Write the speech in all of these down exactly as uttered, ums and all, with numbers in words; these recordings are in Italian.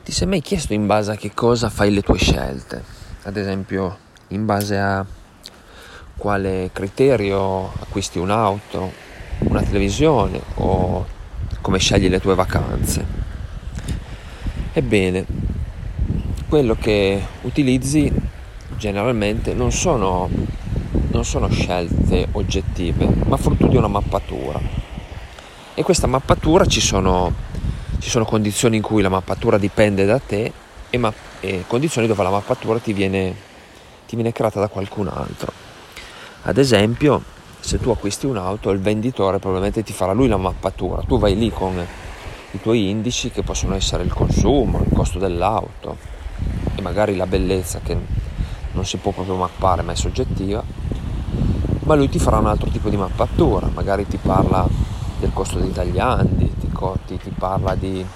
Ti sei mai chiesto in base a che cosa fai le tue scelte? Ad esempio, in base a quale criterio acquisti un'auto, una televisione o come scegli le tue vacanze? Ebbene, quello che utilizzi generalmente non sono, non sono scelte oggettive, ma frutto di una mappatura. E questa mappatura ci sono Ci sono condizioni in cui la mappatura dipende da te e, ma- e condizioni dove la mappatura ti viene, ti viene creata da qualcun altro. Ad esempio, se tu acquisti un'auto, il venditore probabilmente ti farà lui la mappatura. Tu vai lì con i tuoi indici, che possono essere il consumo, il costo dell'auto e magari la bellezza, che non si può proprio mappare ma è soggettiva, ma lui ti farà un altro tipo di mappatura. Magari ti parla del costo dei tagliandi, ti, ti parla di,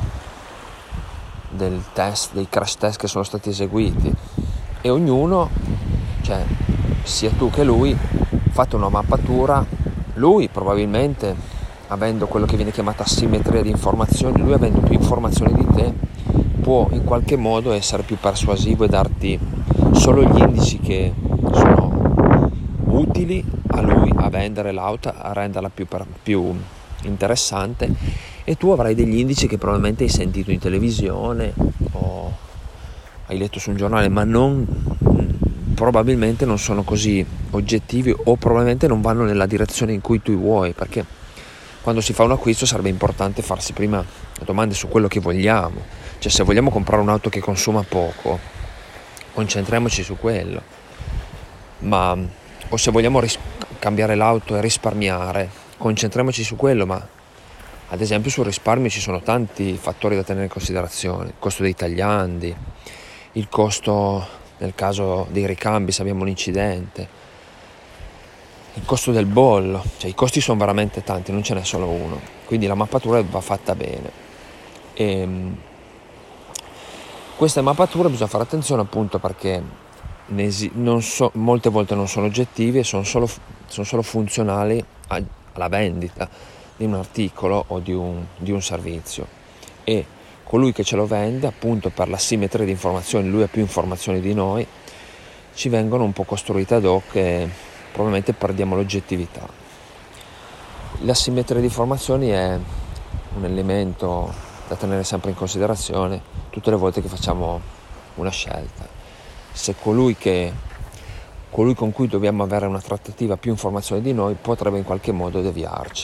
del test, dei crash test che sono stati eseguiti, e ognuno, cioè sia tu che lui, fate una mappatura. Lui probabilmente, avendo quello che viene chiamata asimmetria di informazioni, lui avendo più informazioni di te, può in qualche modo essere più persuasivo e darti solo gli indici che sono utili a lui a vendere l'auto, a renderla più, per, più interessante, e tu avrai degli indici che probabilmente hai sentito in televisione o hai letto su un giornale, ma non probabilmente non sono così oggettivi, o probabilmente non vanno nella direzione in cui tu vuoi, perché quando si fa un acquisto sarebbe importante farsi prima domande su quello che vogliamo. Cioè, se vogliamo comprare un'auto che consuma poco, concentriamoci su quello, ma o se vogliamo ris- cambiare l'auto e risparmiare, concentriamoci su quello. Ma ad esempio sul risparmio ci sono tanti fattori da tenere in considerazione: il costo dei tagliandi, il costo nel caso dei ricambi se abbiamo un incidente, il costo del bollo. Cioè, i costi sono veramente tanti, non ce n'è solo uno, quindi la mappatura va fatta bene. E queste mappature bisogna fare attenzione, appunto, perché non so, molte volte non sono oggettivi e sono solo, sono solo funzionali a, alla vendita di un articolo o di un, di un servizio, e colui che ce lo vende, appunto per la simmetria di informazioni, lui ha più informazioni di noi, ci vengono un po' costruite ad hoc e probabilmente perdiamo l'oggettività. La simmetria di informazioni è un elemento da tenere sempre in considerazione tutte le volte che facciamo una scelta. Se colui che colui con cui dobbiamo avere una trattativa più informazioni di noi potrebbe in qualche modo deviarci.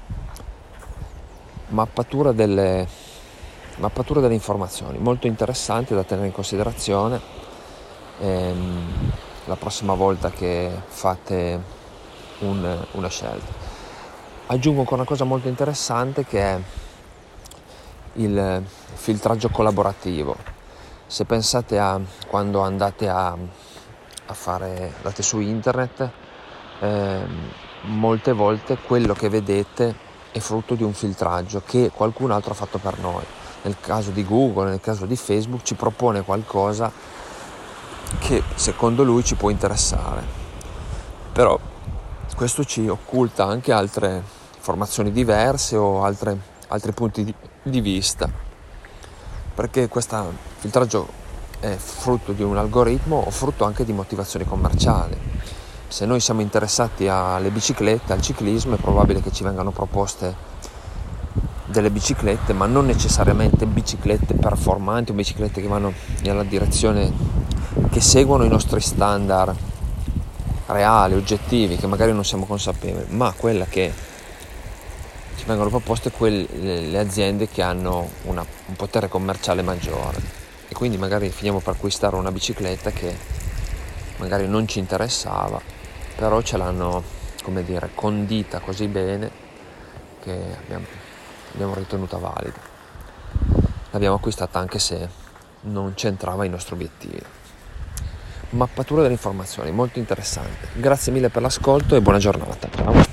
Mappatura delle mappatura delle informazioni, molto interessante da tenere in considerazione ehm, la prossima volta che fate un, una scelta. Aggiungo ancora una cosa molto interessante, che è il filtraggio collaborativo. Se pensate a quando andate a, a fare, andate su internet, eh, molte volte quello che vedete è frutto di un filtraggio che qualcun altro ha fatto per noi. Nel caso di Google, nel caso di Facebook, ci propone qualcosa che secondo lui ci può interessare, però questo ci occulta anche altre informazioni diverse o altre, altri punti di, di vista, perché questo filtraggio è frutto di un algoritmo o frutto anche di motivazioni commerciali. Se noi siamo interessati alle biciclette, al ciclismo, è probabile che ci vengano proposte delle biciclette, ma non necessariamente biciclette performanti o biciclette che vanno nella direzione, che seguono i nostri standard reali, oggettivi, che magari non siamo consapevoli, ma quella che ci vengono proposte quelle, le aziende che hanno una, un potere commerciale maggiore, e quindi magari finiamo per acquistare una bicicletta che magari non ci interessava, però ce l'hanno, come dire, condita così bene che abbiamo, abbiamo ritenuta valida. L'abbiamo acquistata anche se non c'entrava i nostri obiettivi. Mappatura delle informazioni, molto interessante. Grazie mille per l'ascolto e buona giornata. Ciao.